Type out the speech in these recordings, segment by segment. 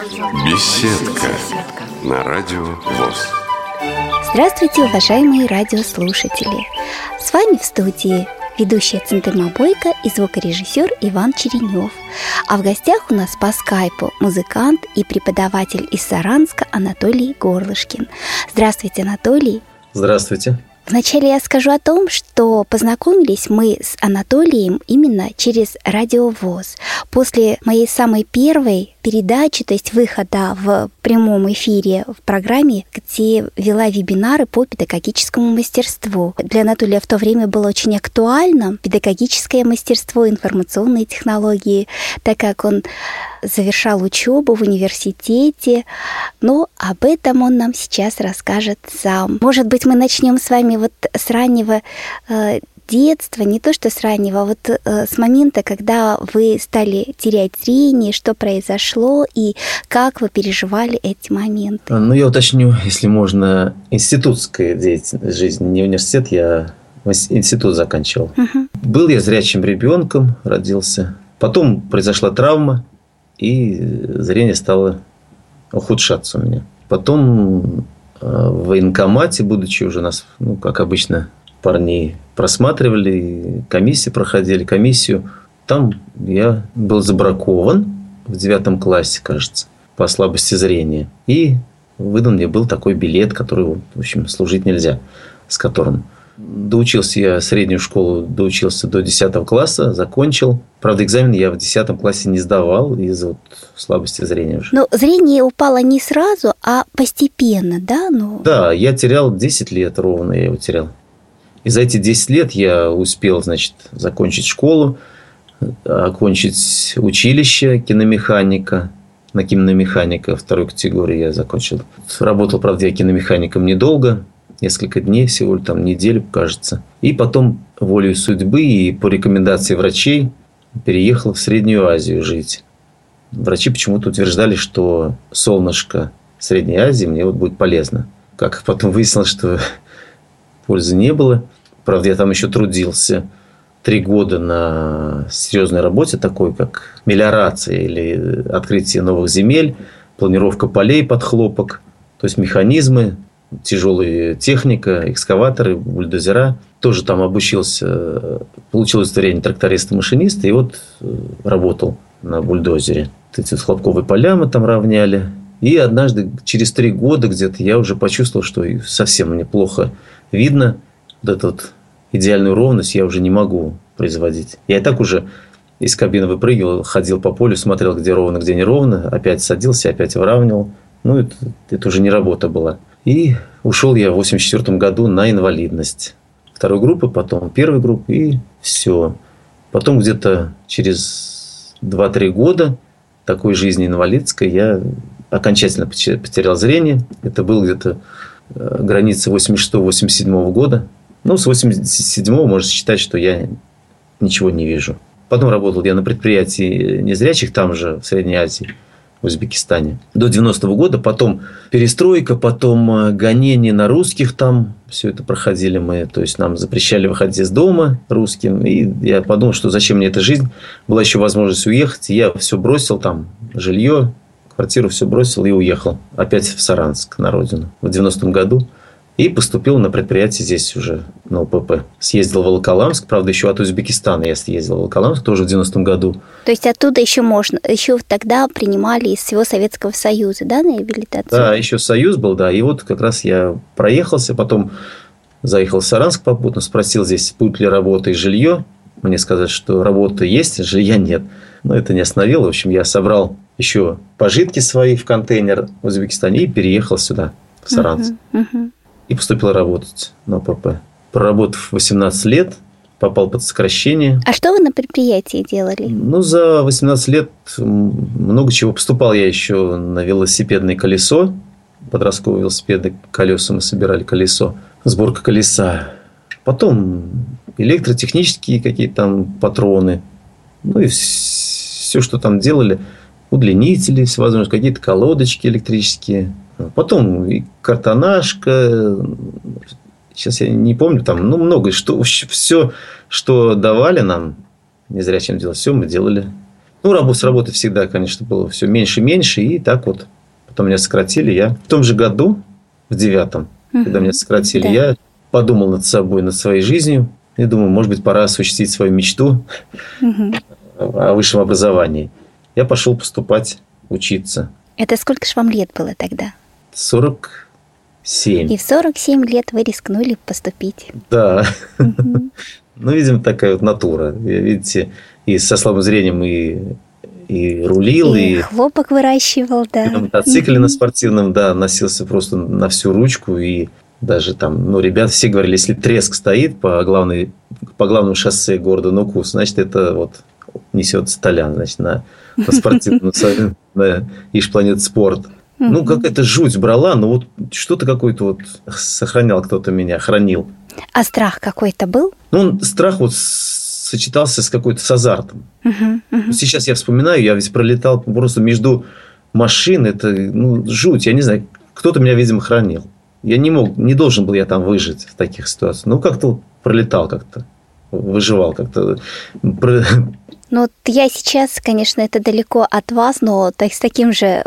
Беседка на радио ВОС. Здравствуйте, уважаемые радиослушатели! С вами в студии ведущая Центыма Бойко и звукорежиссер Иван Черенев. А в гостях у нас по скайпу музыкант и преподаватель из Саранска Анатолий Горлышкин. Здравствуйте, Анатолий! Здравствуйте! Вначале я скажу о том, что познакомились мы с Анатолием именно через Радио ВОС. После моей самой первой передачи, то есть выхода в прямом эфире в программе, где вела вебинары по педагогическому мастерству. Для Анатолия в то время было очень актуально педагогическое мастерство, информационные технологии, так как он завершал учебу в университете, но об этом он нам сейчас расскажет сам. Может быть, мы начнем с вами вот с раннего детства, не то что с раннего, а вот с момента, когда вы стали терять зрение, что произошло и как вы переживали эти моменты. Я уточню, если можно, институтская деятельность, жизнь, не университет, я институт заканчивал. Был я зрячим ребенком, родился. Потом произошла травма, и зрение стало ухудшаться у меня. Потом в военкомате, будучи уже нас, как обычно, парней просматривали, комиссии проходили, комиссию. Там я был забракован в 9 классе, кажется, по слабости зрения. И выдан мне был такой билет, который, в общем, служить нельзя, с которым доучился я среднюю школу, доучился до 10 класса, закончил. Правда, экзамен я в 10 классе не сдавал из-за слабости зрения уже. Но зрение упало не сразу, а постепенно, да? Да, я терял 10 лет ровно, я его терял. И за эти 10 лет я успел, закончить школу, окончить училище киномеханика. На киномеханика 2 категории я закончил. Работал, правда, я киномехаником недолго, несколько дней всего, неделю, кажется. И потом, волею судьбы и по рекомендации врачей, переехал в Среднюю Азию жить. Врачи почему-то утверждали, что солнышко Средней Азии мне будет полезно. Как потом выяснилось, что пользы не было. Правда, я там еще трудился 3 года на серьезной работе, такой как мелиорация или открытие новых земель, планировка полей под хлопок, то есть механизмы, тяжелая техника, экскаваторы, бульдозера. Тоже там обучился, получил удостоверение тракториста-машиниста и работал на бульдозере. Эти хлопковые поля мы там равняли. И однажды, через 3 года где-то, я уже почувствовал, что совсем мне плохо видно. Эту идеальную ровность я уже не могу производить. Я и так уже из кабины выпрыгивал, ходил по полю, смотрел, где ровно, где неровно. Опять садился, опять выравнивал. Это уже не работа была. И ушел я в 1984 году на инвалидность. 2 группы, потом 1 группы, и все. Потом где-то через 2-3 года такой жизни инвалидской я окончательно потерял зрение. Это был где-то граница 86-87 года. С 87-го можно считать, что я ничего не вижу. Потом работал я на предприятии незрячих, там же, в Средней Азии, в Узбекистане. До 90-го года. Потом перестройка, потом гонения на русских там. Все это проходили мы. То есть, нам запрещали выходить из дома русским. И я подумал, что зачем мне эта жизнь. Была еще возможность уехать. Я все бросил там, жилье, квартиру все бросил и уехал. Опять в Саранск, на родину. В 90-м году. И поступил на предприятие здесь уже, на УПП. Съездил в Волоколамск. Правда, еще от Узбекистана я съездил в Волоколамск, тоже в 90-м году. То есть, оттуда еще можно. Еще тогда принимали из всего Советского Союза, да, на реабилитацию? Да, еще Союз был, да. И как раз я проехался. Потом заехал в Саранск попутно. Спросил здесь, будет ли работа и жилье. Мне сказали, что работа есть, жилья нет. Но это не остановило. В общем, я собрал еще пожитки свои в контейнер в Узбекистане и переехал сюда, в Саранск. И поступил работать на ОПП. Проработав 18 лет, попал под сокращение. А что вы на предприятии делали? За 18 лет много чего. Поступал я еще на велосипедное колесо. Подростковые велосипеды, колеса мы собирали, колесо. Сборка колеса. Потом электротехнические какие-то там патроны. И все, что там делали. Удлинители всевозможные, какие-то колодочки электрические. Потом и картонажка, сейчас я не помню, там много, все, что давали нам незрячим делать, все мы делали. Ну, с работы всегда, конечно, было все меньше и меньше. И так вот потом меня сократили. Я в том же году, в 9-м, когда меня сократили, я подумал над собой, над своей жизнью. И думаю, может быть, пора осуществить свою мечту о высшем образовании. Я пошел поступать, учиться. Это сколько же вам лет было тогда? 47. И в 47 лет вы рискнули поступить. Да. Ну, видимо, такая вот натура. Видите, и со слабым зрением и рулил, и хлопок выращивал, да. И на мотоцикле на спортивном, да, носился просто на всю ручку. И даже там, ну, ребята все говорили, если треск стоит по главному шоссе города Нукус, значит, это вот несется Толян, значит, на спортивном, на Иж-Планет Спорт. Ну, какая-то жуть брала, но вот что-то какое-то вот сохранял кто-то меня, хранил. А страх какой-то был? Ну, страх вот сочетался с азартом. Сейчас я вспоминаю, я ведь пролетал просто между машин, это жуть, я не знаю, кто-то меня, видимо, хранил. Я не должен был я там выжить в таких ситуациях. Ну, как-то вот пролетал, как-то выживал, как-то... Ну, вот я сейчас, конечно, это далеко от вас, но с таким же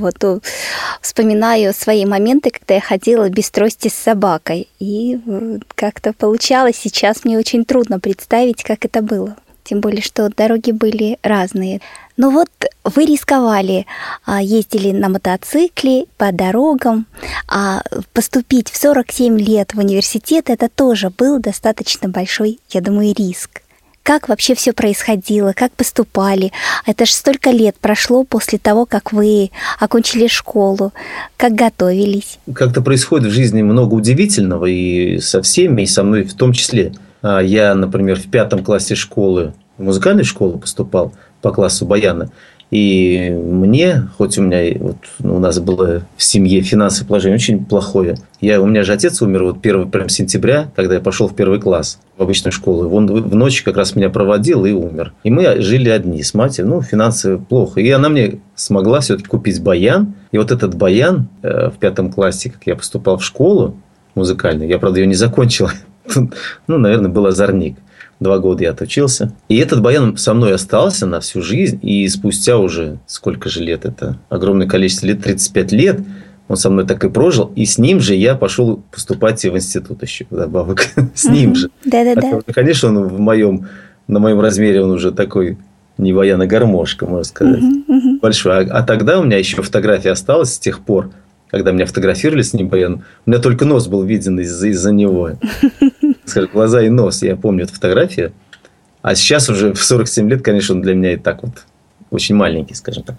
вспоминаю свои моменты, когда я ходила без трости с собакой. И как-то получалось. Сейчас мне очень трудно представить, как это было. Тем более, что дороги были разные. Но вот вы рисковали, ездили на мотоцикле по дорогам, а поступить в 47 лет в университет, это тоже был достаточно большой, я думаю, риск. Как вообще все происходило, как поступали? Это ж столько лет прошло после того, как вы окончили школу, как готовились. Как-то происходит в жизни много удивительного, и со всеми, и со мной в том числе. Я, например, в 5 классе школы, в музыкальную школу поступал по классу баяна. И мне, хоть у нас было в семье финансовое положение очень плохое. У меня же отец умер 1 сентября, когда я пошел в 1 класс в обычную школу. Он в ночь как раз меня проводил и умер. И мы жили одни с матерью, финансово плохо. И она мне смогла все-таки купить баян. И вот этот баян в 5 классе, как я поступал в школу музыкальную, я, правда, ее не закончил. Наверное, был озорник. 2 года я отучился. И этот баян со мной остался на всю жизнь. И спустя уже сколько же лет, это огромное количество лет, 35 лет, он со мной так и прожил. И с ним же я пошел поступать в институт еще вдобавок. С ним же. Да-да-да. Конечно, он на моем размере он уже такой не баян, а гармошка, можно сказать. Большой. А тогда у меня еще фотография осталась с тех пор, когда меня фотографировали с ним баян. У меня только нос был виден из-за него. Скажем, глаза и нос. Я помню эту фотографию. А сейчас уже в 47 лет, конечно, он для меня и так вот очень маленький, скажем так.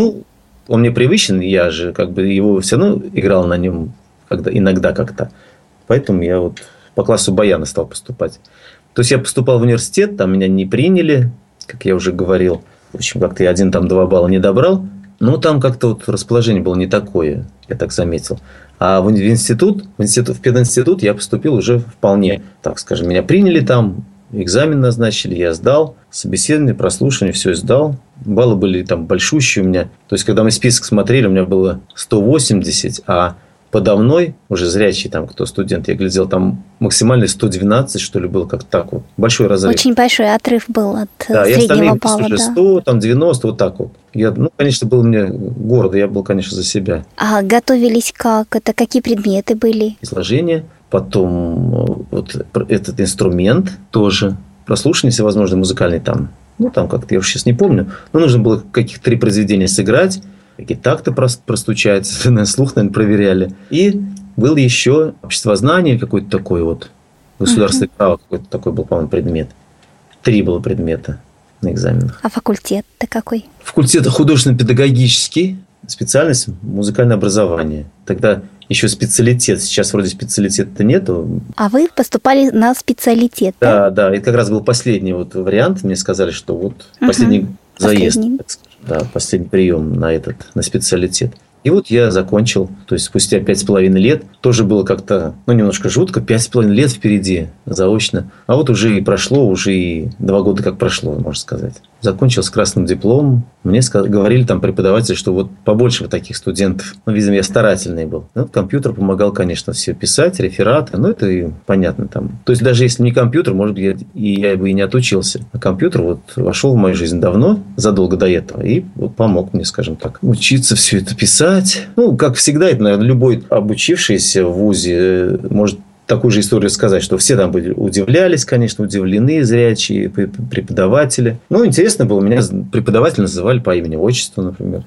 Он мне привычен, я же его все равно играл на нем иногда как-то. Поэтому я по классу баяна стал поступать. То есть я поступал в университет, там меня не приняли, как я уже говорил. В общем, как-то я 1-2 балла не добрал. Но там как-то расположение было не такое, я так заметил. А в пединститут я поступил уже вполне, так скажем. Меня приняли там, экзамен назначили, я сдал, собеседование, прослушивание, все сдал. Баллы были там большущие у меня. То есть, когда мы список смотрели, у меня было 180, а подо мной, уже зрячий там, кто студент, я глядел, там максимальный 112, что ли, было как-то так вот. Большой разрыв. Очень большой отрыв был от среднего балла. Да, и остальные уже 100, там 90, вот так вот. Я, конечно, был мне гордо, я был, конечно, за себя. А готовились как? Это какие предметы были? Изложение, потом этот инструмент тоже, прослушивание всевозможные музыкальные там. Там как-то, я уже сейчас не помню, но нужно было каких-то 3 произведения сыграть, какие-то такты простучать, слух, наверное, проверяли. И был еще обществознание, какой-то такой государственное право, какой-то такой был, по-моему, предмет. 3 было предмета на экзаменах. А факультет-то какой? Факультет художественно-педагогический, специальность музыкальное образование. Тогда еще специалитет, сейчас вроде специалитета нету. А вы поступали на специалитет, да? Да, это как раз был последний вариант. Мне сказали, что последний заезд, так скажем. Да, последний прием на специалитет. И я закончил, то есть спустя 5,5 лет, тоже было как-то, немножко жутко, 5,5 лет впереди, заочно. А уже и прошло, уже и 2 года как прошло, можно сказать. закончил с красным дипломом. Мне говорили там преподаватели, что вот побольше вот таких студентов. Ну, видимо, я старательный был. Ну, компьютер помогал, конечно, все писать, рефераты. Ну, это и понятно там. То есть, даже если не компьютер, может быть, я бы и не отучился. А компьютер вот вошел в мою жизнь давно, задолго до этого, и вот помог мне, скажем так, учиться все это писать. Ну, как всегда, это, наверное, любой обучившийся в вузе может такую же историю сказать, что все там были, удивлялись, конечно, удивлены зрячие преподаватели. Ну, интересно было, меня преподаватели называли по имени-отчеству, например.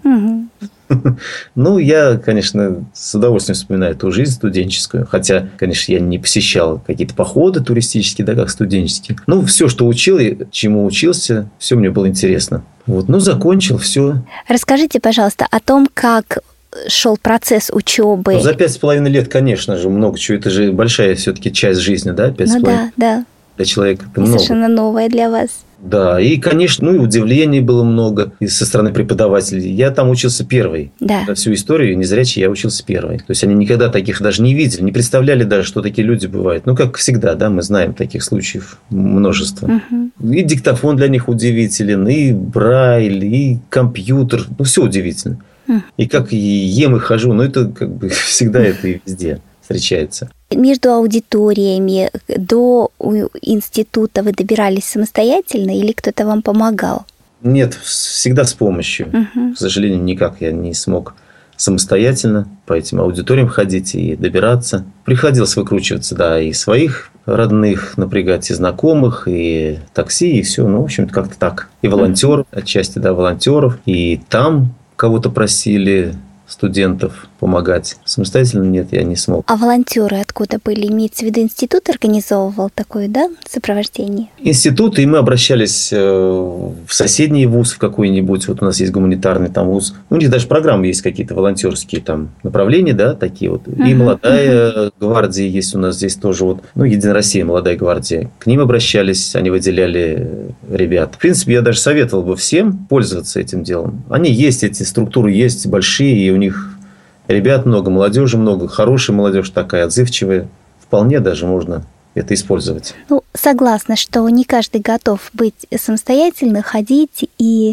Ну, я, конечно, с удовольствием вспоминаю ту жизнь студенческую. Хотя, конечно, я не посещал какие-то походы туристические, да, как студенческие. Ну, все, что учил, чему учился, все мне было интересно. Вот, ну, закончил, все. Расскажите, пожалуйста, о том, как шел процесс учебы. Ну, за 5,5 лет, конечно же, много чего. Это же большая все-таки часть жизни, да? 5,5. Ну да. Для человека это много. Совершенно новое для вас. Да, и, конечно, ну и удивлений было много и со стороны преподавателей. Я там учился первый. Да. За всю историю незрячий я учился первый. То есть, они никогда таких даже не видели, не представляли даже, что такие люди бывают. Ну, как всегда, да, мы знаем таких случаев множество. И диктофон для них удивителен, и Брайль, и компьютер. Ну, все удивительно. И как ем и хожу, ну, это как бы всегда это и везде встречается. Между аудиториями до института вы добирались самостоятельно или кто-то вам помогал? Нет, всегда с помощью. К сожалению, никак я не смог самостоятельно по этим аудиториям ходить и добираться. Приходилось выкручиваться, да, и своих родных напрягать, и знакомых, и такси, и все. Ну, в общем-то, как-то так. И волонтеров, отчасти, да, волонтеров. И там кого-то просили, студентов, помогать. Самостоятельно нет, я не смог. А волонтеры откуда были? Имеется в виду, институт организовывал такое, да, сопровождение? Институт, и мы обращались в соседний вуз в какой-нибудь. Вот у нас есть гуманитарный там вуз. У них даже программы есть какие-то волонтерские там направления, да, такие вот. И молодая гвардия есть у нас здесь тоже вот. Ну, Единая Россия, молодая гвардия. К ним обращались, они выделяли ребят. В принципе, я даже советовал бы всем пользоваться этим делом. Они есть, эти структуры есть большие, и у них ребят много, молодежи много, хорошая молодежь такая, отзывчивая. Вполне даже можно это использовать. Ну, согласна, что не каждый готов быть самостоятельно, ходить, и,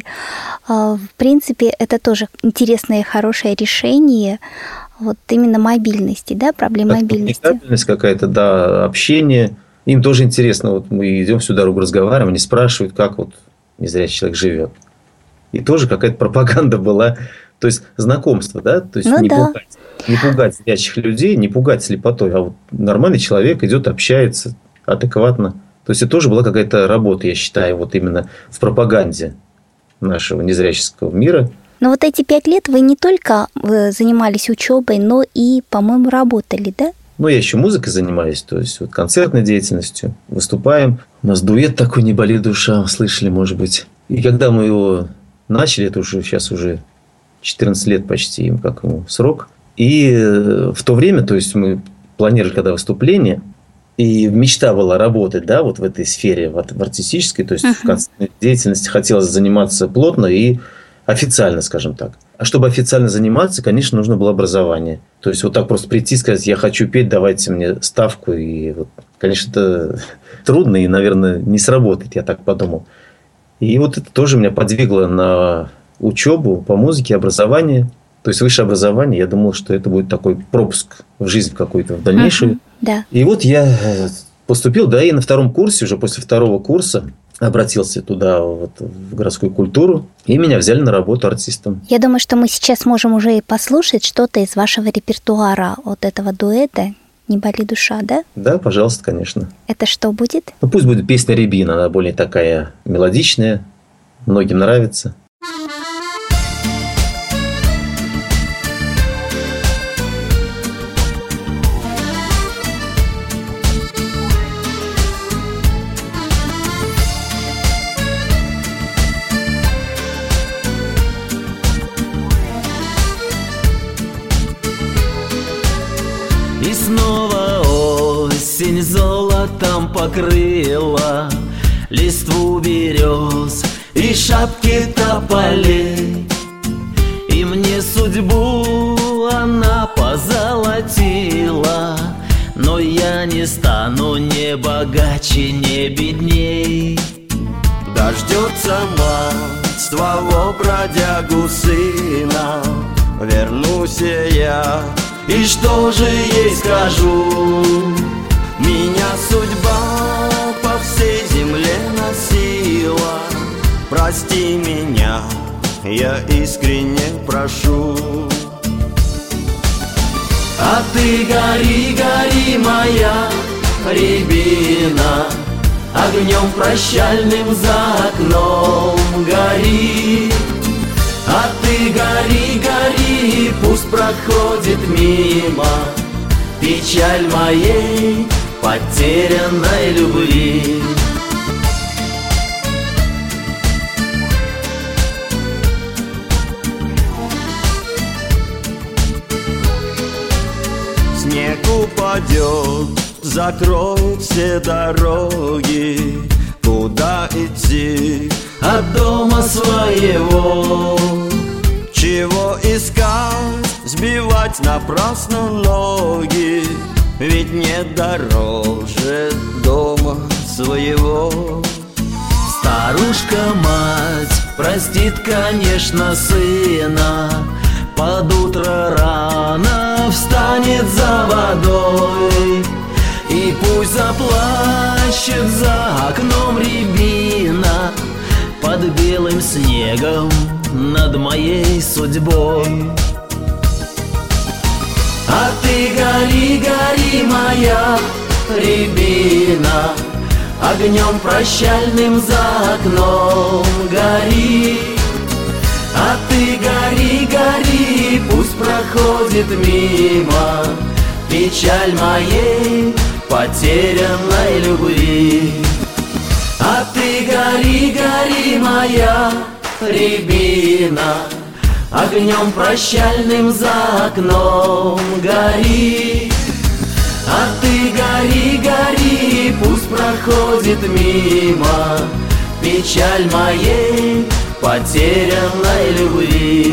в принципе, это тоже интересное, хорошее решение вот именно мобильности, да, проблем мобильности. Коммуникабельность какая-то, да, общение. Им тоже интересно, вот мы идем всю дорогу, разговариваем, они спрашивают, как вот незрячий человек живет. И тоже какая-то пропаганда была. То есть, знакомство, да? То есть, не пугать зрячих людей, не пугать слепотой, а вот нормальный человек идет, общается адекватно. То есть, это тоже была какая-то работа, я считаю, вот именно в пропаганде нашего незряческого мира. Но вот эти 5 лет вы не только занимались учебой, но и, по-моему, работали, да? Ну, я еще музыкой занимаюсь, то есть, вот концертной деятельностью. Выступаем. У нас дуэт такой «Не болит душа», слышали, может быть. И когда мы его начали, это уже сейчас уже 14 лет почти, как ему срок. И в то время, то есть мы планировали когда выступление, и мечта была работать, да, вот в этой сфере, в артистической, то есть в концертной деятельности хотелось заниматься плотно и официально, скажем так. А чтобы официально заниматься, конечно, нужно было образование. То есть вот так просто прийти и сказать, я хочу петь, давайте мне ставку. И вот, конечно, это трудно и, наверное, не сработает, я так подумал. И вот это тоже меня подвигло на учебу по музыке, образование, то есть высшее образование. Я думал, что это будет такой пропуск в жизнь какой-то в дальнейшую. Да. И вот я поступил, да, и на 2-м курсе, уже после 2-го курса, обратился туда, вот, в городскую культуру, и меня взяли на работу артистом. Я думаю, что мы сейчас можем уже и послушать что-то из вашего репертуара, вот этого дуэта «Не болит душа», да? Да, пожалуйста, конечно. Это что будет? Ну, пусть будет песня «Рябина», она более такая мелодичная, многим нравится. И снова осень золотом покрыла листву берез и шапки тополей. И мне судьбу она позолотила, но я не стану ни богаче, ни бедней. дождется мать своего бродягу сына. Вернусь я, и что же ей скажу? Меня судьба по всей земле носила. Прости меня, я искренне прошу. А ты гори, гори, моя рябина, огнем прощальным за окном гори. А ты гори, гори, пусть проходит мимо печаль моей потерянной любви. Снег упадет, закроет все дороги. Куда идти от дома своего? Чего искать, сбивать напрасно ноги? Ведь нет дороже дома своего. Старушка-мать простит, конечно, сына. Под утро рано встанет за водой, и пусть заплачет за окном рябина под белым снегом над моей судьбой. А ты гори, гори, моя рябина, огнем прощальным за окном гори. А ты гори, гори, пусть проходит мимо печаль моей потерянной любви. А ты гори, гори, моя рябина, огнем прощальным за окном гори. А ты гори, гори, пусть проходит мимо печаль моей потерянной любви.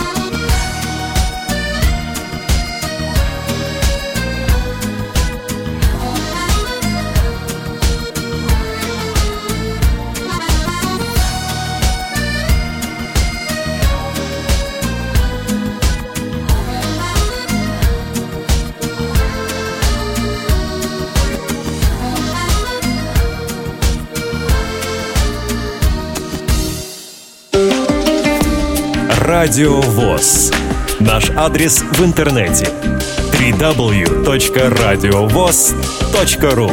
Радио ВОС. Наш адрес в интернете www.radiovoz.ru.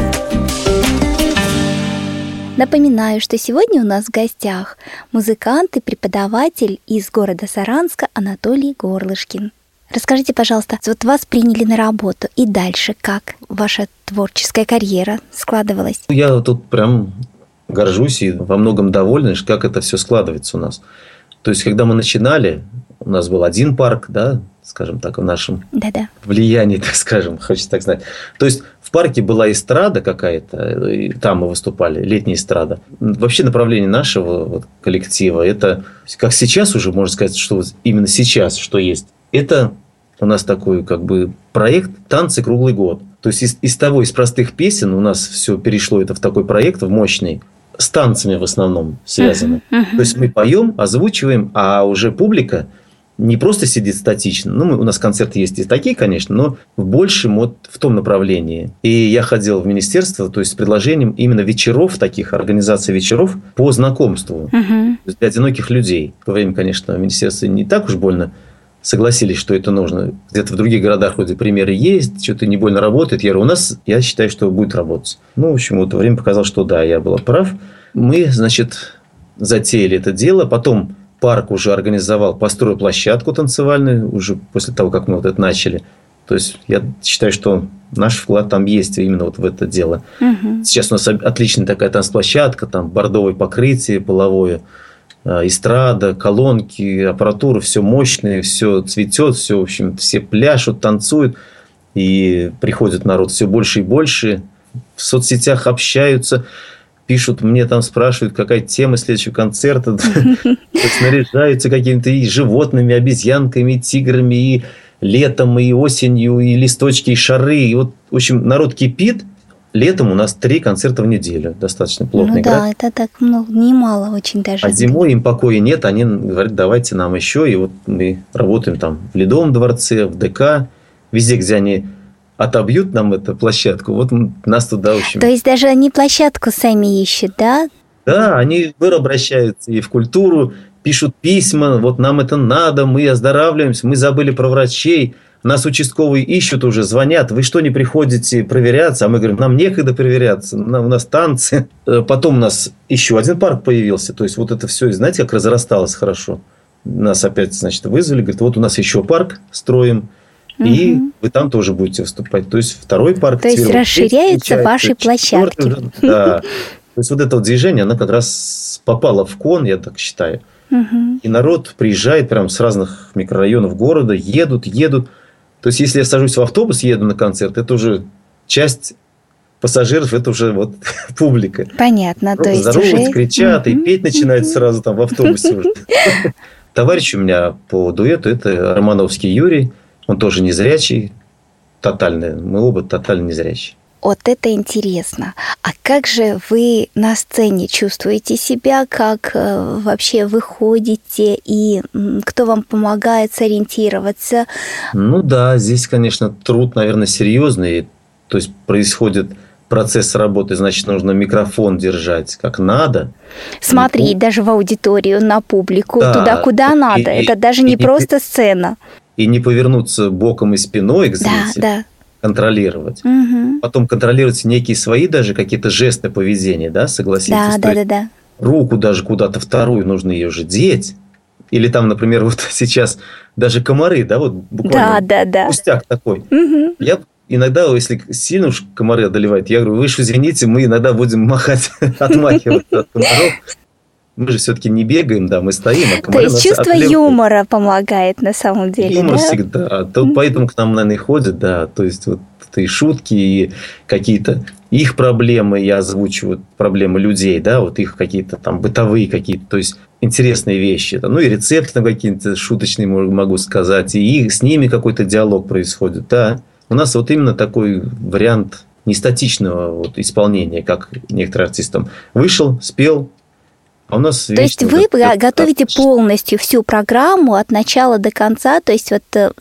Напоминаю, что сегодня у нас в гостях музыкант и преподаватель из города Саранска Анатолий Горлышкин. Расскажите, пожалуйста, вот вас приняли на работу, и дальше как ваша творческая карьера складывалась? Я тут прям горжусь и во многом доволен, как это все складывается у нас. То есть, когда мы начинали, у нас был один парк, да, скажем так, в нашем влиянии, так скажем, хочется так знать. То есть, в парке была эстрада какая-то, и там мы выступали, летняя эстрада. Вообще направление нашего вот коллектива, это, как сейчас уже можно сказать, что вот именно сейчас, что есть, это у нас такой как бы проект «Танцы круглый год». То есть, из простых песен у нас все перешло это в такой проект, в мощный, с танцами в основном связаны. То есть, мы поем, озвучиваем, а уже публика не просто сидит статично. Ну, у нас концерты есть и такие, конечно, но в большем вот в том направлении. И я ходил в министерство, то есть с предложением именно вечеров, таких организаций вечеров по знакомству для одиноких людей. В то время, конечно, в министерстве не так уж больно согласились, что это нужно. Где-то в других городах вроде примеры есть, что-то не больно работает. Я говорю, у нас, я считаю, что будет работать. Ну, в общем, вот время показало, что да, я был прав. Мы, значит, затеяли это дело. Потом парк уже организовал, построил площадку танцевальную уже после того, как мы вот это начали. То есть, я считаю, что наш вклад там есть именно вот в это дело. Сейчас у нас отличная такая танцплощадка, там бордовое покрытие половое, эстрада, колонки, аппаратура, все мощное, все цветет, все, в общем, все пляшут, танцуют, и приходит народ все больше и больше, в соцсетях общаются, пишут мне, там спрашивают, какая тема следующего концерта, снаряжаются какими-то и животными, обезьянками, и тиграми, и летом, и осенью, и листочки, и шары, и вот, в общем, народ кипит, летом у нас 3 концерта в неделю. Достаточно плотный график. Да, это так немало очень даже. А зимой им покоя нет, они говорят, давайте нам еще. И вот мы работаем там в Ледовом дворце, в ДК, везде, где они отобьют нам эту площадку, вот нас туда очень... То есть даже они площадку сами ищут, да? Да, они обращаются и в культуру, пишут письма, вот нам это надо, мы оздоравливаемся, мы забыли про врачей, нас участковые ищут уже, звонят, вы что, не приходите проверяться? А мы говорим, нам некогда проверяться, у нас танцы. Потом у нас еще один парк появился, то есть вот это все, знаете, как разрасталось хорошо. Нас опять, значит, вызвали, говорят, вот у нас еще парк строим, и вы там тоже будете выступать. То есть второй парк. То есть расширяются ваши площадки. Да. То есть вот это вот движение, оно как раз попало в кон, я так считаю. И народ приезжает прям с разных микрорайонов города, едут. То есть если я сажусь в автобус, еду на концерт, это уже часть пассажиров, это уже вот публика. Понятно. То есть здороваются, уже... кричат, и петь начинают сразу там в автобусе уже. Товарищ у меня по дуэту, это Романовский Юрий. Он тоже незрячий, тотальный. Мы оба тотально незрячие. Вот это интересно. А как же вы на сцене чувствуете себя? Как вообще вы ходите? И кто вам помогает сориентироваться? Ну да, здесь, конечно, труд, наверное, серьезный. То есть происходит процесс работы, значит, нужно микрофон держать как надо. Смотреть даже в аудиторию, на публику, да, туда, куда надо. Это даже не просто сцена. И не повернуться боком и спиной к зрителю. Да. Контролировать. Потом контролировать некие свои даже какие-то жесты поведения, да, согласитесь? Да. Руку даже куда-то вторую нужно ее же деть. Или там, например, вот сейчас даже комары, да, вот буквально пустяк такой. Я иногда, если сильно уж комары одолевают, я говорю, вы же извините, мы иногда будем махать, отмахиваться от комаров. Мы же все-таки не бегаем, да, мы стоим. А то есть чувство юмора помогает на самом деле, юмор всегда. Поэтому к нам, наверное, и ходят, да. То есть вот и шутки, и какие-то их проблемы, я озвучиваю проблемы людей, да, вот их какие-то там бытовые какие-то, то есть интересные вещи. Ну и рецепты там какие-то шуточные, могу сказать, и с ними какой-то диалог происходит, да. У нас вот именно такой вариант нестатичного вот исполнения, как некоторые артисты там вышел, спел. А у нас то есть вы готовите полностью всю программу от начала до конца, то есть вот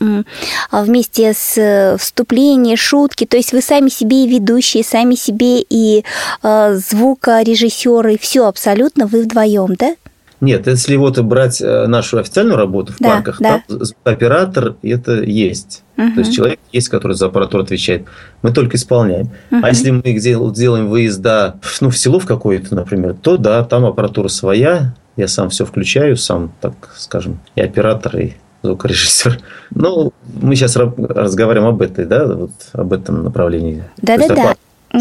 вместе с вступлением, шутки, то есть вы сами себе и ведущие, сами себе и звукорежиссеры, все абсолютно вы вдвоем, да? Нет, если вот брать нашу официальную работу в парках, там оператор это есть. То есть человек есть, который за аппаратуру отвечает. Мы только исполняем. А если мы делаем выезда в село в какое-то, например, то да, там аппаратура своя. Я сам все включаю, сам, так скажем, и оператор, и звукорежиссер. Ну, мы сейчас разговариваем об этой, да, вот об этом направлении. Да.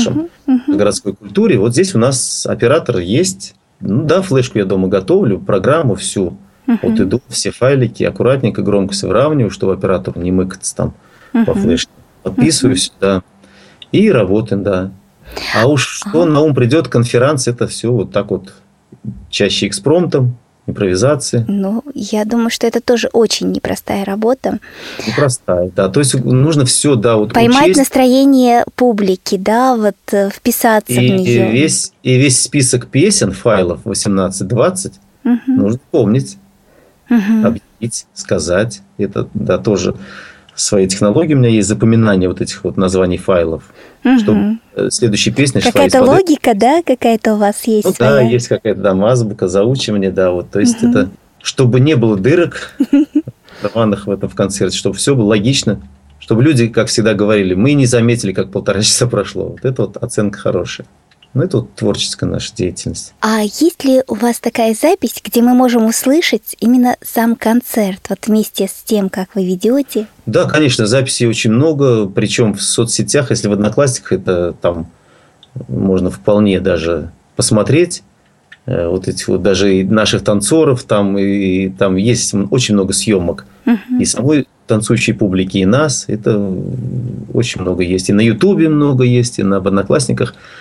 В городской культуре. Вот здесь у нас оператор есть. Ну да, флешку я дома готовлю, программу всю. Вот иду, все файлики аккуратненько, громкость выравниваю, чтобы оператор не мыкаться там по флешке. Подписываюсь, да. И работаем, да. А уж что на ум придет, конференция, это все вот так вот чаще экспромтом, импровизации. Ну, я думаю, что это тоже очень непростая работа. Непростая, да. То есть нужно все, да, вот поймать учесть. Настроение публики, да, вот вписаться в нее. И весь список песен, файлов 18-20 нужно помнить, объявить, сказать. Это, да, тоже свои технологии у меня есть, запоминание вот этих вот названий файлов, чтобы следующая песня шла. Какая-то логика, да, какая-то у вас есть? Ну, да, есть какая-то там азбука, заучивание, да, вот, то есть это, чтобы не было дырок рваных в этом концерте, чтобы все было логично, чтобы люди, как всегда говорили, мы не заметили, как 1,5 часа прошло. Вот это вот оценка хорошая. Ну, это вот творческая наша деятельность. А есть ли у вас такая запись, где мы можем услышать именно сам концерт, вот вместе с тем, как вы ведете? Да, конечно, записей очень много, причем в соцсетях, если в Одноклассниках, это там можно вполне даже посмотреть. Вот этих вот даже и наших танцоров, там есть очень много съемок. И самой танцующей публики, и нас. Это очень много есть. И на Ютубе много есть, и на Одноклассниках.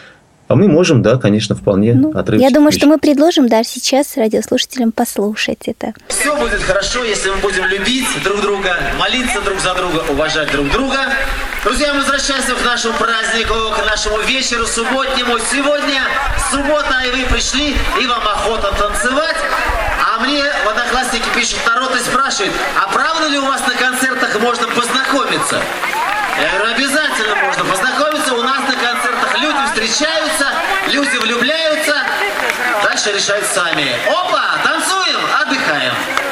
А мы можем, да, конечно, вполне отрывочно. Я думаю, что мы предложим даже сейчас радиослушателям послушать это. Все будет хорошо, если мы будем любить друг друга, молиться друг за друга, уважать друг друга. Друзья, мы возвращаемся к нашему празднику, к нашему вечеру субботнему. Сегодня суббота, и вы пришли, и вам охота танцевать. А мне в Одноклассники пишут народ и спрашивает, а правда ли у вас на концертах можно познакомиться? Я говорю, обязательно можно познакомиться. У нас на концертах люди встречаются, люди влюбляются. Дальше решают сами. Опа, танцуем, отдыхаем.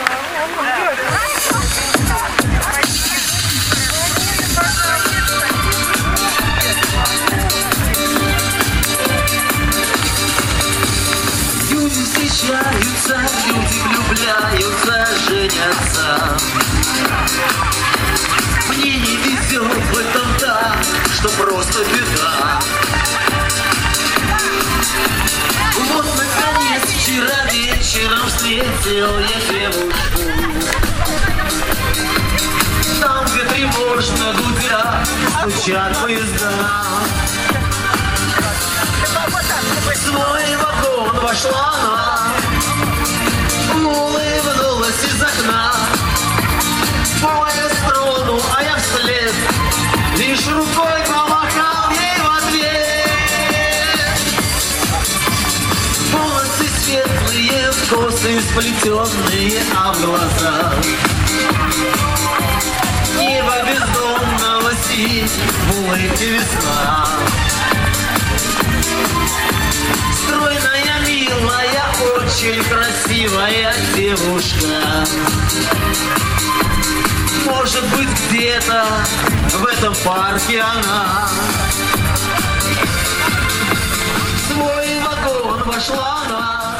Люди встречаются, люди влюбляются, женятся. Мне не везет в этом так, что просто беда. Вот, наконец, вчера вечером встретил я девушку. Там, где тревожно гудят, стучат поезда. В свой вагон вошла она, улыбнулась из окна. Поезд тронул, а я вслед лишь рукой помахал ей в ответ. Волосы светлые, косы сплетенные, а в глазах небо бездонного синь, в улыбке весна. Стройная, милая, очень красивая девушка. Может быть, где-то в этом парке она. В свой вагон вошла она,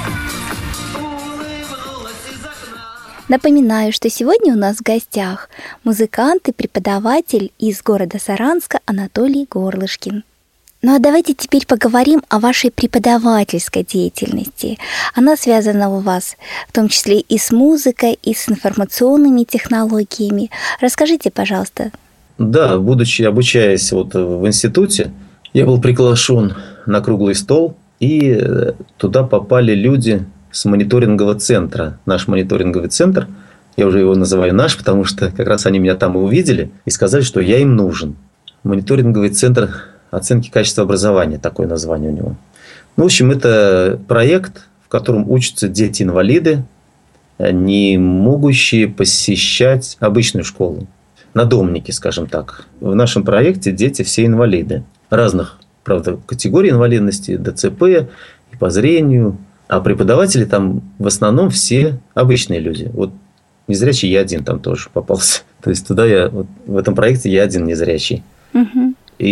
улыбнулась из окна. Напоминаю, что сегодня у нас в гостях музыкант и преподаватель из города Саранска Анатолий Горлышкин. Ну а давайте теперь поговорим о вашей преподавательской деятельности. Она связана у вас в том числе и с музыкой, и с информационными технологиями. Расскажите, пожалуйста. Да, обучаясь в институте, я был приглашен на круглый стол, и туда попали люди с мониторингового центра. Наш мониторинговый центр, я уже его называю наш, потому что как раз они меня там и увидели, и сказали, что я им нужен. Мониторинговый центр оценки качества образования, такое название у него. В общем, это проект, в котором учатся дети-инвалиды, не могущие посещать обычную школу. Надомники, скажем так. В нашем проекте дети все инвалиды. Разных, правда, категорий инвалидности, ДЦП, и по зрению. А преподаватели там в основном все обычные люди. Вот незрячий я один там тоже попался. То есть туда в этом проекте я один незрячий. Угу.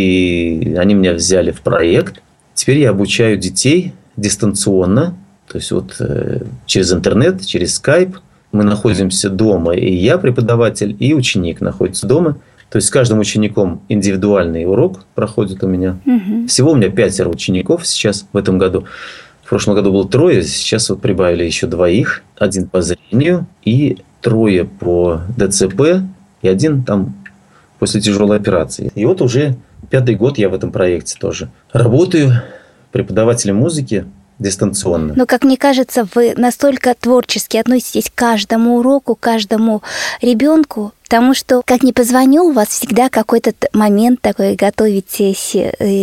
И они меня взяли в проект. Теперь я обучаю детей дистанционно. То есть через интернет, через скайп. Мы находимся дома. И я преподаватель, и ученик находится дома. То есть с каждым учеником индивидуальный урок проходит у меня. Угу. Всего у меня 5 учеников сейчас в этом году. В прошлом году было 3, сейчас прибавили еще 2. 1 по зрению и 3 по ДЦП. И 1 там после тяжелой операции. И уже 5-й год я в этом проекте тоже работаю преподавателем музыки дистанционно. Но, как мне кажется, вы настолько творчески относитесь к каждому уроку, каждому ребенку, потому что, как ни позвоню, у вас всегда какой-то момент такой, готовитесь,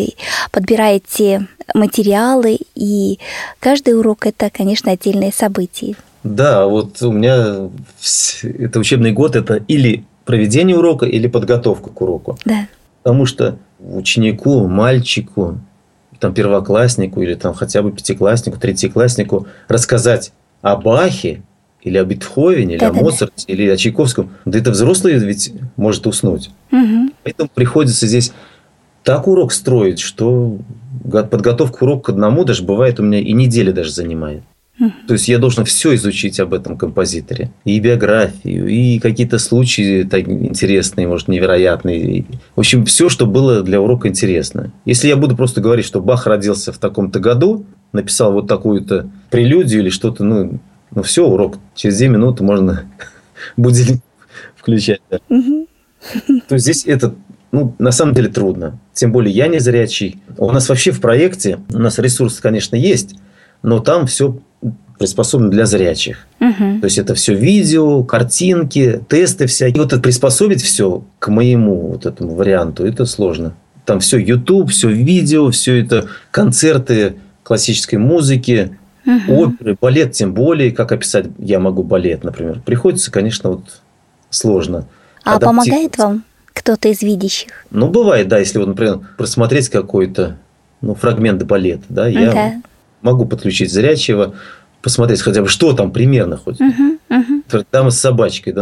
подбираете материалы, и каждый урок – это, конечно, отдельное событие. Да, у меня это учебный год – это или проведение урока, или подготовка к уроку. Да. Потому что ученику, мальчику, там, первокласснику или там, хотя бы 5-класснику, 3-класснику рассказать о Бахе или о Бетховене, или о Моцарте, или о Чайковском, да это взрослый ведь может уснуть. Угу. Поэтому приходится здесь так урок строить, что подготовка к уроку к одному даже бывает у меня и недели даже занимает. То есть я должен все изучить об этом композиторе. И биографию, и какие-то случаи так интересные, может, невероятные. В общем, все, что было для урока интересно. Если я буду просто говорить, что Бах родился в таком-то году, написал вот такую-то прелюдию или что-то, все, урок. Через 2 минуты можно будильник включать. Да. То есть здесь это на самом деле трудно. Тем более я не зрячий. У нас вообще в проекте, у нас ресурсы, конечно, есть, но там все приспособлено для зрячих. То есть это все видео, картинки, тесты всякие. И вот это приспособить все к моему вот этому варианту, это сложно. Там все YouTube, все видео, все это концерты классической музыки, оперы, балет, тем более. Как описать я могу балет, например. Приходится, конечно, вот сложно. А помогает вам кто-то из видящих? Бывает, да, если вот, например, просмотреть какой-то фрагмент балета, да, я могу подключить зрячего, посмотреть хотя бы, что там примерно хоть. Дама с собачкой,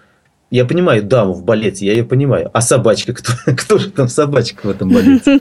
я понимаю даму в балете, я ее понимаю. А собачка, кто же там собачка в этом балете?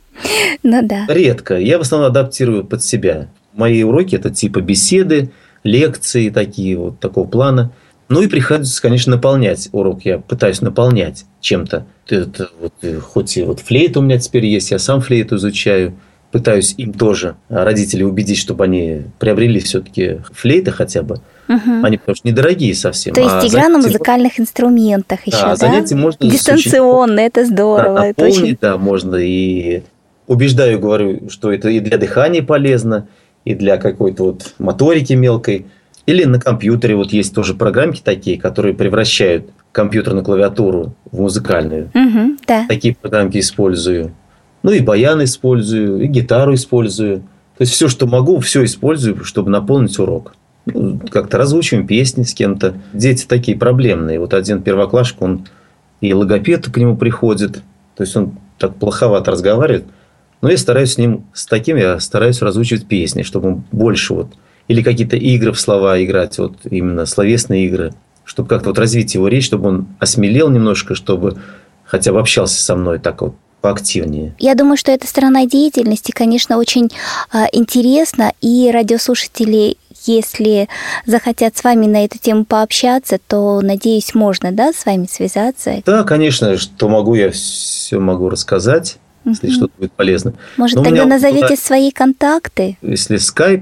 Да. Редко. Я в основном адаптирую под себя. Мои уроки – это типа беседы, лекции такие, вот такого плана. И приходится, конечно, наполнять урок. Я пытаюсь наполнять чем-то. Это хоть и флейта у меня теперь есть, я сам флейту изучаю. Пытаюсь им тоже, родителей, убедить, чтобы они приобрели все-таки флейты хотя бы. Они, потому что недорогие совсем. То есть игра на музыкальных инструментах еще, да? Занятия можно дистанционно, это здорово. Наполнить, да, можно. И убеждаю, говорю, что это и для дыхания полезно, и для какой-то моторики мелкой. Или на компьютере есть тоже программки такие, которые превращают компьютерную клавиатуру в музыкальную. Да. Такие программки использую. И баян использую, и гитару использую. То есть все, что могу, все использую, чтобы наполнить урок. Как-то разучиваем песни с кем-то. Дети такие проблемные. Один первоклашка, он и логопед к нему приходит. То есть он так плоховато разговаривает. Но я стараюсь с ним, я стараюсь разучивать песни, чтобы он больше или какие-то игры в слова играть, именно словесные игры, чтобы как-то развить его речь, чтобы он осмелел немножко, чтобы хотя бы общался со мной так поактивнее. Я думаю, что эта сторона деятельности, конечно, очень интересна, и радиослушатели, если захотят с вами на эту тему пообщаться, то, надеюсь, можно, с вами связаться? Да, конечно, что могу, я все могу рассказать, если что-то будет полезно. Может, тогда назовите свои контакты? Если Skype,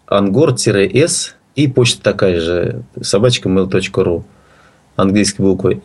angor-s и почта такая же, @mail.ru, английской буквой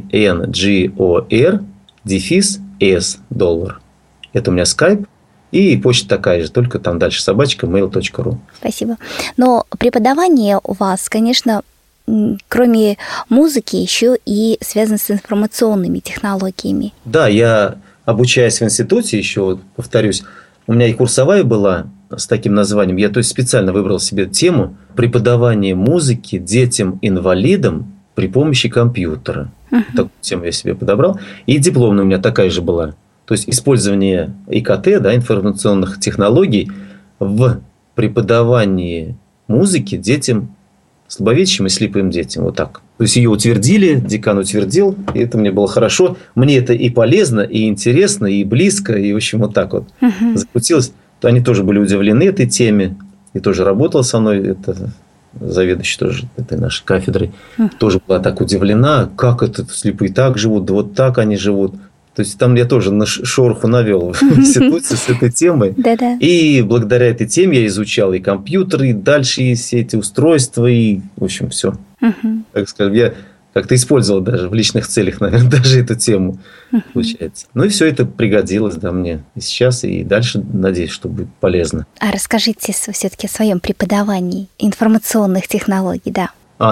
ANGOR, дефис $. Это у меня Skype. И почта такая же, только там дальше @mail.ru. Спасибо. Но преподавание у вас, конечно, кроме музыки, еще и связано с информационными технологиями. Да, я, обучаясь в институте, еще повторюсь, у меня и курсовая была с таким названием. Я специально выбрал себе тему преподавания музыки детям-инвалидам при помощи компьютера. Такую тему я себе подобрал. И дипломная у меня такая же была. То есть использование ИКТ, информационных технологий в преподавании музыки детям, слабовидящим и слепым детям. Так. То есть ее утвердили, декан утвердил, и это мне было хорошо. Мне это и полезно, и интересно, и близко, и в общем так закрутилось. Они тоже были удивлены этой теме, и тоже работал со мной, это заведующий тоже этой нашей кафедрой, тоже была так удивлена, как это слепые так живут, да так они живут. То есть там я тоже на шороху навел в институте с этой темой. И благодаря этой теме я изучал и компьютер, и дальше и все эти устройства, и в общем все. Так скажем, я как-то использовал даже в личных целях, наверное, даже эту тему, получается. И все это пригодилось мне и сейчас, и дальше, надеюсь, что будет полезно. А расскажите все-таки о своем преподавании информационных технологий, да.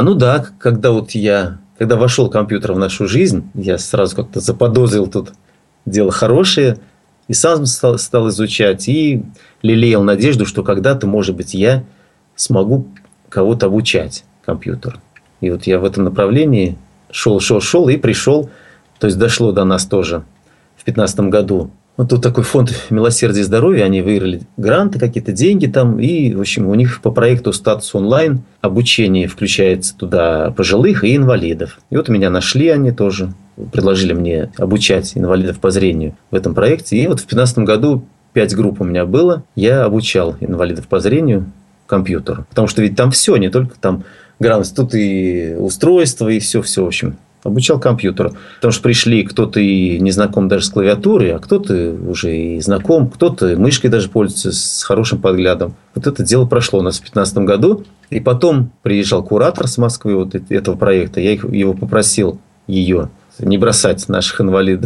Когда вошел компьютер в нашу жизнь, я сразу как-то заподозрил тут дело хорошее, и сам стал изучать, и лелеял надежду, что когда-то, может быть, я смогу кого-то обучать компьютеру. И я в этом направлении шел и пришел, то есть дошло до нас тоже в 2015 году. Тут такой фонд «Милосердие и здоровье», они выиграли гранты, какие-то деньги там, и, в общем, у них по проекту «Статус онлайн» обучение включается туда пожилых и инвалидов. И меня нашли они тоже, предложили мне обучать инвалидов по зрению в этом проекте. И в 2015 году 5 групп у меня было, я обучал инвалидов по зрению компьютеру. Потому что ведь там все, не только там грамотность, тут и устройство, и все, в общем. Обучал компьютеру. Потому что пришли кто-то и не знаком даже с клавиатурой, а кто-то уже и знаком, кто-то мышкой даже пользуется с хорошим подглядом. Это дело прошло у нас в 2015 году. И потом приезжал куратор с Москвы этого проекта. Я его попросил не бросать наших инвалидов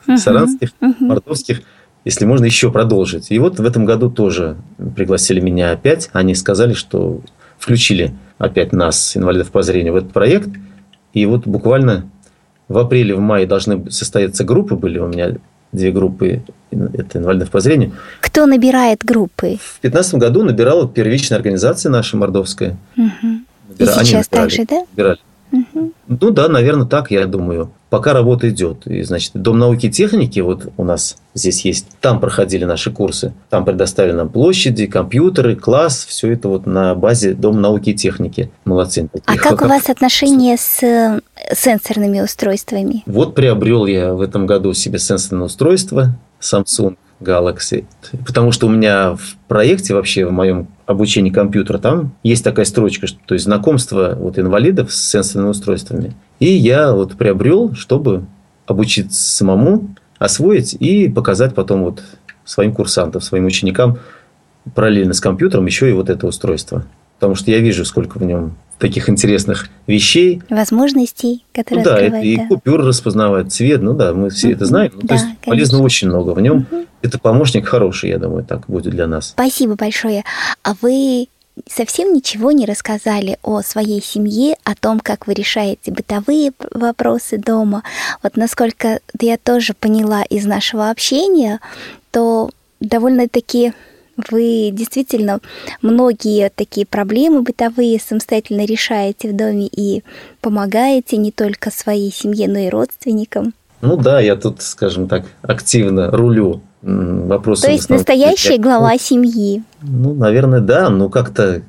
саранских, мордовских, если можно, еще продолжить. И вот в этом году тоже пригласили меня опять. Они сказали, что включили опять нас, инвалидов по зрению, в этот проект. И вот буквально в апреле, в мае должны состояться группы. Были у меня 2 группы, это инвалидов по зрению. Кто набирает группы? В 2015 году набирала первичная организация наша, мордовская. И сейчас так же, да? Набирали. Ну да, наверное, так, я думаю. Пока работа идет. И, значит, Дом науки и техники, вот у нас здесь есть, там проходили наши курсы. Там предоставили нам площади, компьютеры, класс. Все это вот на базе Дома науки и техники. Молодцы. А как у вас отношения с сенсорными устройствами? Вот приобрел я в этом году себе сенсорное устройство Samsung Galaxy. Потому что у меня в проекте, вообще в моем обучении компьютера, там есть такая строчка, что, то есть знакомство вот инвалидов с сенсорными устройствами. И я вот приобрел, чтобы обучиться самому, освоить и показать потом вот своим курсантам, своим ученикам параллельно с компьютером еще и вот это устройство. Потому что я вижу, сколько в нем таких интересных вещей. Возможностей, которые открывает. И купюр распознавать, цвет, мы все это знаем. Да, то есть полезно очень много в нем. Это помощник хороший, я думаю, так будет для нас. Спасибо большое. А вы совсем ничего не рассказали о своей семье, о том, как вы решаете бытовые вопросы дома. Вот насколько я тоже поняла из нашего общения, то довольно-таки вы действительно многие такие проблемы бытовые самостоятельно решаете в доме и помогаете не только своей семье, но и родственникам. Ну да, я тут, скажем так, активно рулю вопросом. То есть настоящая глава семьи. Ну, наверное, да, но как-то,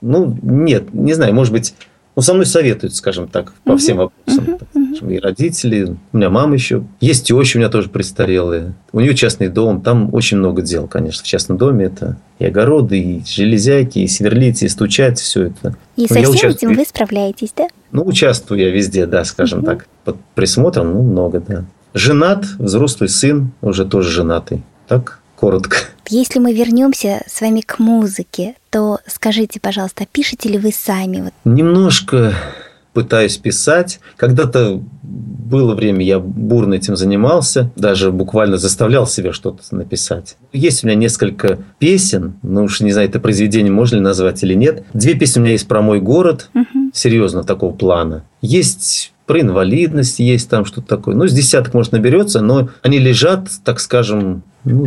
нет, не знаю, может быть, со мной советуют, скажем так, по всем вопросам. И родители, у меня мама еще. Есть теща у меня тоже престарелая. У нее частный дом, там очень много дел, конечно. В частном доме это и огороды, и железяки, и сверлить, и стучать, все это. И со всем этим вы справляетесь, да? Участвую я везде, да, скажем так. Под присмотром, много, да. Женат, взрослый сын, уже тоже женатый. Так, коротко. Если мы вернемся с вами к музыке, то скажите, пожалуйста, пишете ли вы сами? Немножко пытаюсь писать. Когда-то было время, я бурно этим занимался, даже буквально заставлял себя что-то написать. Есть у меня несколько песен, уж не знаю, это произведение можно ли назвать или нет. 2 песни у меня есть про мой город, серьезно, такого плана. Есть про инвалидность, есть там что-то такое. С десяток, может, наберется, но они лежат, так скажем,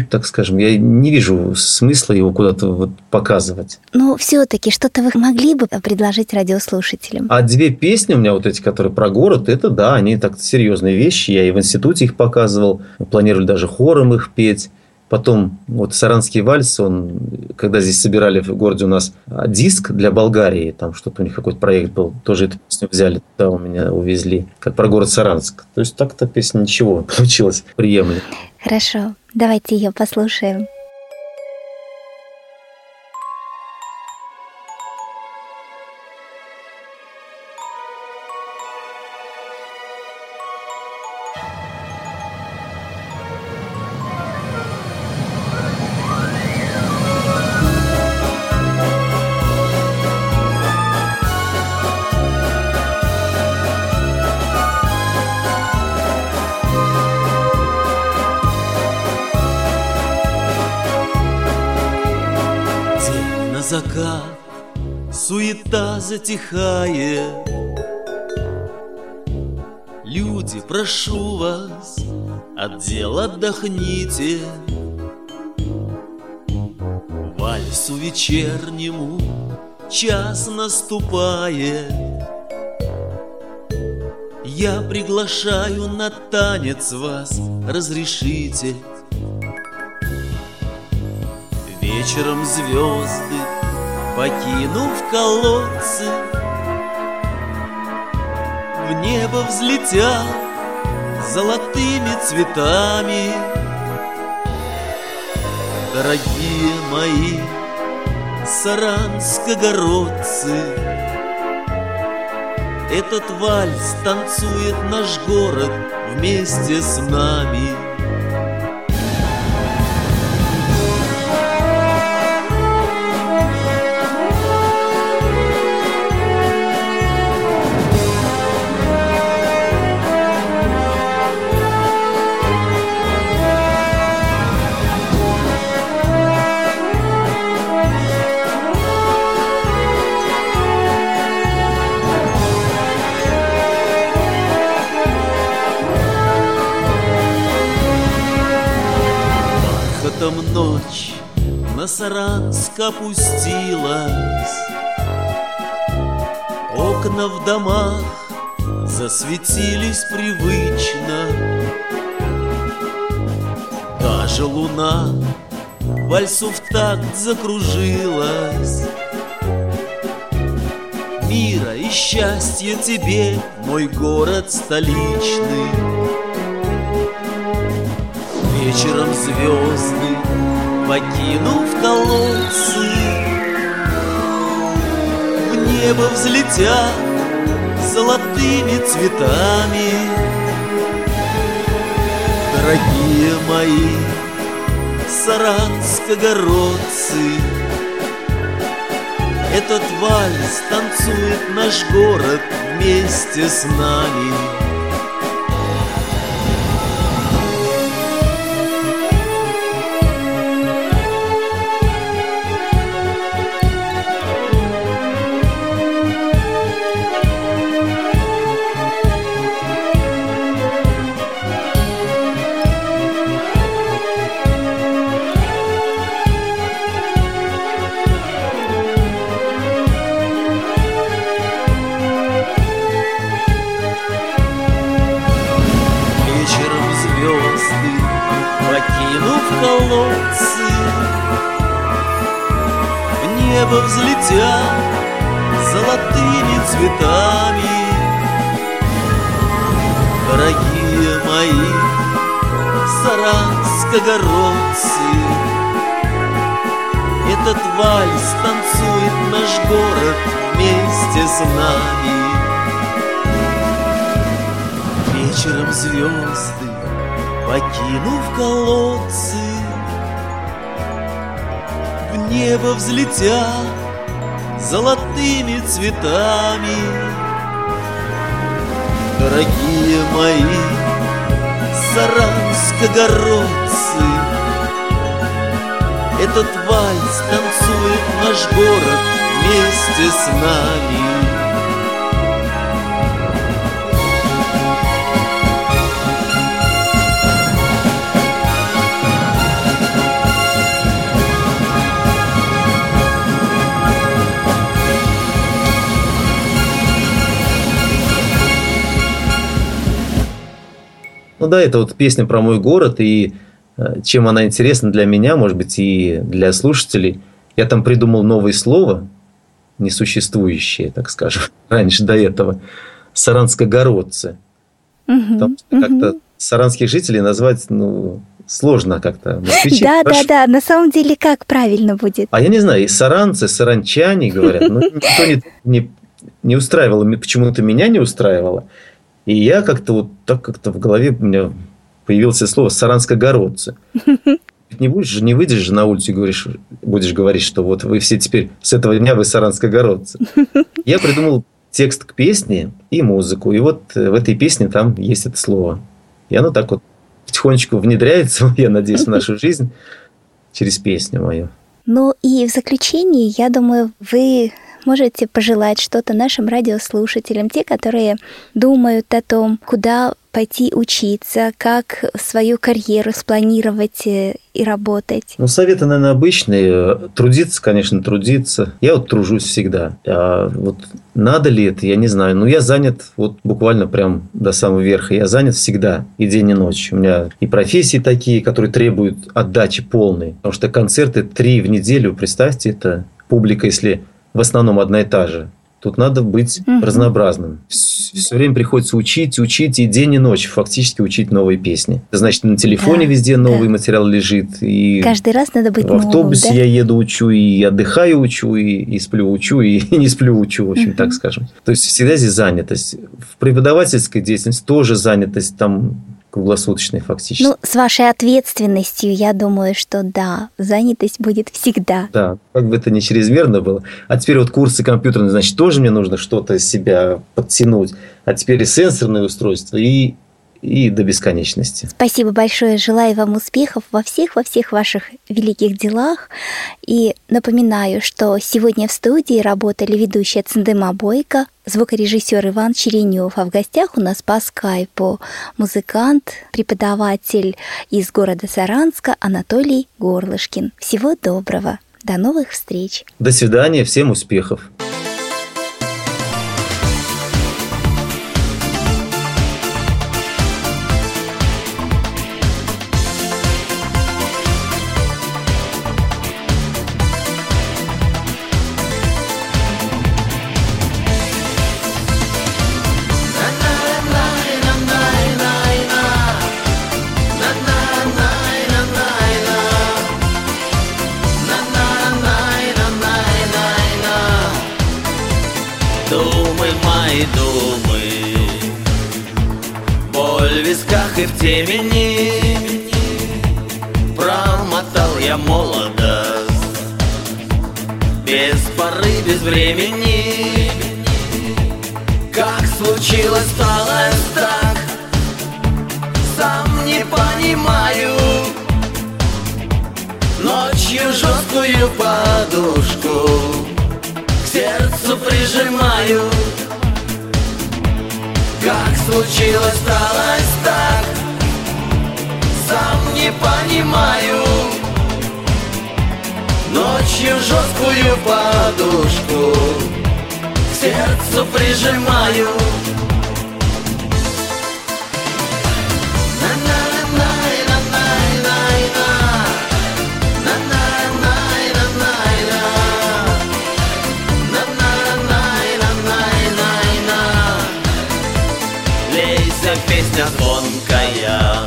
я не вижу смысла его куда-то показывать. Но все-таки что-то вы могли бы предложить радиослушателям? А 2 песни у меня вот эти, которые про город, это да, они так серьезные вещи. Я и в институте их показывал, планировали даже хором их петь. Потом «Саранский вальс», когда здесь собирали в городе у нас диск для Болгарии, там что-то у них какой-то проект был, тоже эту песню взяли, туда у меня увезли, как про город Саранск. То есть так-то песня ничего получилась, приемлемо. Хорошо, давайте ее послушаем. Закат, суета затихает. Люди, прошу вас, от дел отдохните. Вальсу вечернему час наступает. Я приглашаю на танец вас, разрешите. Вечером звезды, покинув колодцы, в небо взлетят золотыми цветами. Дорогие мои саранскогородцы, этот вальс танцует наш город вместе с нами. Летом ночь на Саранск опустилась, окна в домах засветились привычно. Даже луна вальсу в такт закружилась. Мира и счастья тебе, мой город столичный. Вечером звезды, покинув колодцы, в небо взлетят золотыми цветами. Дорогие мои саранскогородцы, этот вальс танцует наш город вместе с нами. Колодцы в небо взлетят золотыми цветами. Дорогие мои саранскогородцы, этот вальс танцует наш город вместе с нами. Вечером звезды, покинув колодцы, в небо взлетят золотыми цветами. Дорогие мои саранскогородцы, этот вальс танцует наш город вместе с нами. Ну да, это вот песня про мой город, и чем она интересна для меня, может быть, и для слушателей. Я там придумал новое слово, несуществующее, так скажем, раньше до этого. Саранскогородцы. Потому что как-то саранских жителей назвать, сложно как-то. Да, на самом деле как правильно будет? А я не знаю, и саранцы, саранчане говорят, но никто не устраивало, почему-то меня не устраивало. И я как-то вот так как-то в голове у меня появилось слово «саранскогородцы». Не выйдешь же на улицу и будешь говорить, что вот вы все теперь с этого дня вы саранскогородцы. Я придумал текст к песне и музыку. И вот в этой песне там есть это слово. И оно так вот потихонечку внедряется, я надеюсь, в нашу жизнь через песню мою. Ну и в заключение, я думаю, вы можете пожелать что-то нашим радиослушателям, те, которые думают о том, куда пойти учиться, как свою карьеру спланировать и работать. Советы, наверное, обычные. Трудиться, конечно, трудиться. Я вот тружусь всегда. А вот надо ли это, я не знаю. Но я занят вот буквально прям до самого верха. Я занят всегда, и день, и ночь. У меня и профессии такие, которые требуют отдачи полной. Потому что концерты 3 в неделю, представьте, это публика, если в основном одна и та же. Тут надо быть разнообразным. Все время приходится учить, и день, и ночь фактически учить новые песни. Это значит, на телефоне везде новый материал лежит. И каждый раз надо быть новым. В автобусе я еду, учу, и отдыхаю, учу, и сплю, учу, и не сплю, учу, в общем, так скажем. То есть всегда здесь занятость. В преподавательской деятельности тоже занятость там круглосуточной фактически. С вашей ответственностью, я думаю, что да, занятость будет всегда. Да, как бы это ни чрезмерно было. А теперь вот курсы компьютерные, значит, тоже мне нужно что-то из себя подтянуть. А теперь и сенсорное устройство, и и до бесконечности. Спасибо большое. Желаю вам успехов во всех ваших великих делах. И напоминаю, что сегодня в студии работали ведущая Циндема Бойко, звукорежиссер Иван Черенев, а в гостях у нас по скайпу музыкант, преподаватель из города Саранска Анатолий Горлышкин. Всего доброго. До новых встреч. До свидания. Всем успехов. Боль в висках и в темени, промотал я молодость, без поры, без времени. Как случилось, сталось так, сам не понимаю. Ночью жесткую подушку к сердцу прижимаю. Как случилось, сталось так, сам не понимаю. Ночью жесткую подушку к сердцу прижимаю. Песня звонкая,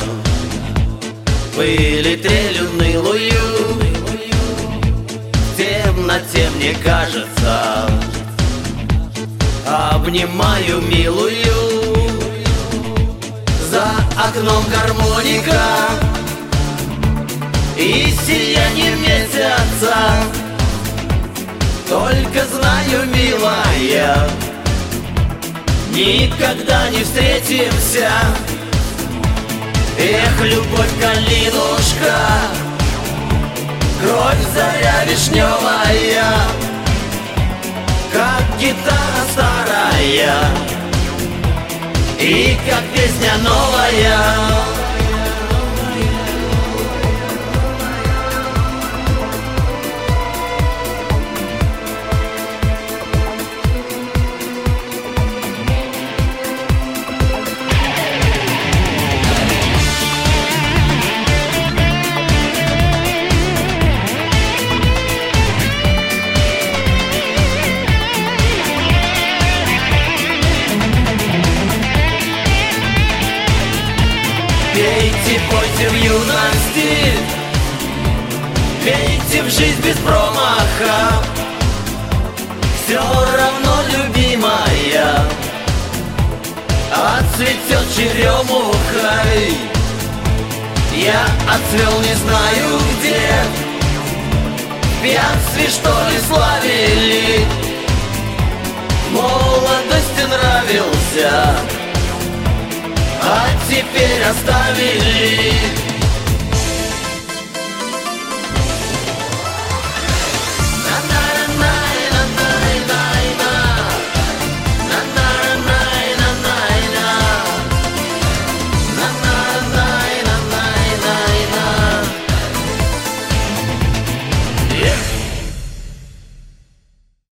пыли трель унылую, в темноте мне кажется, обнимаю милую. За окном гармоника и сияние месяца. Только знаю, милая, никогда не встретимся. Эх, любовь, калинушка, кровь, заря вишневая, как гитара старая и как песня новая. Пейте, пойте в юности, пейте в жизнь без промаха. Все равно, любимая, отцветет черемухой. Я отцвел не знаю где, в пьянстве что ли славили, в молодости нравился, а теперь оставили.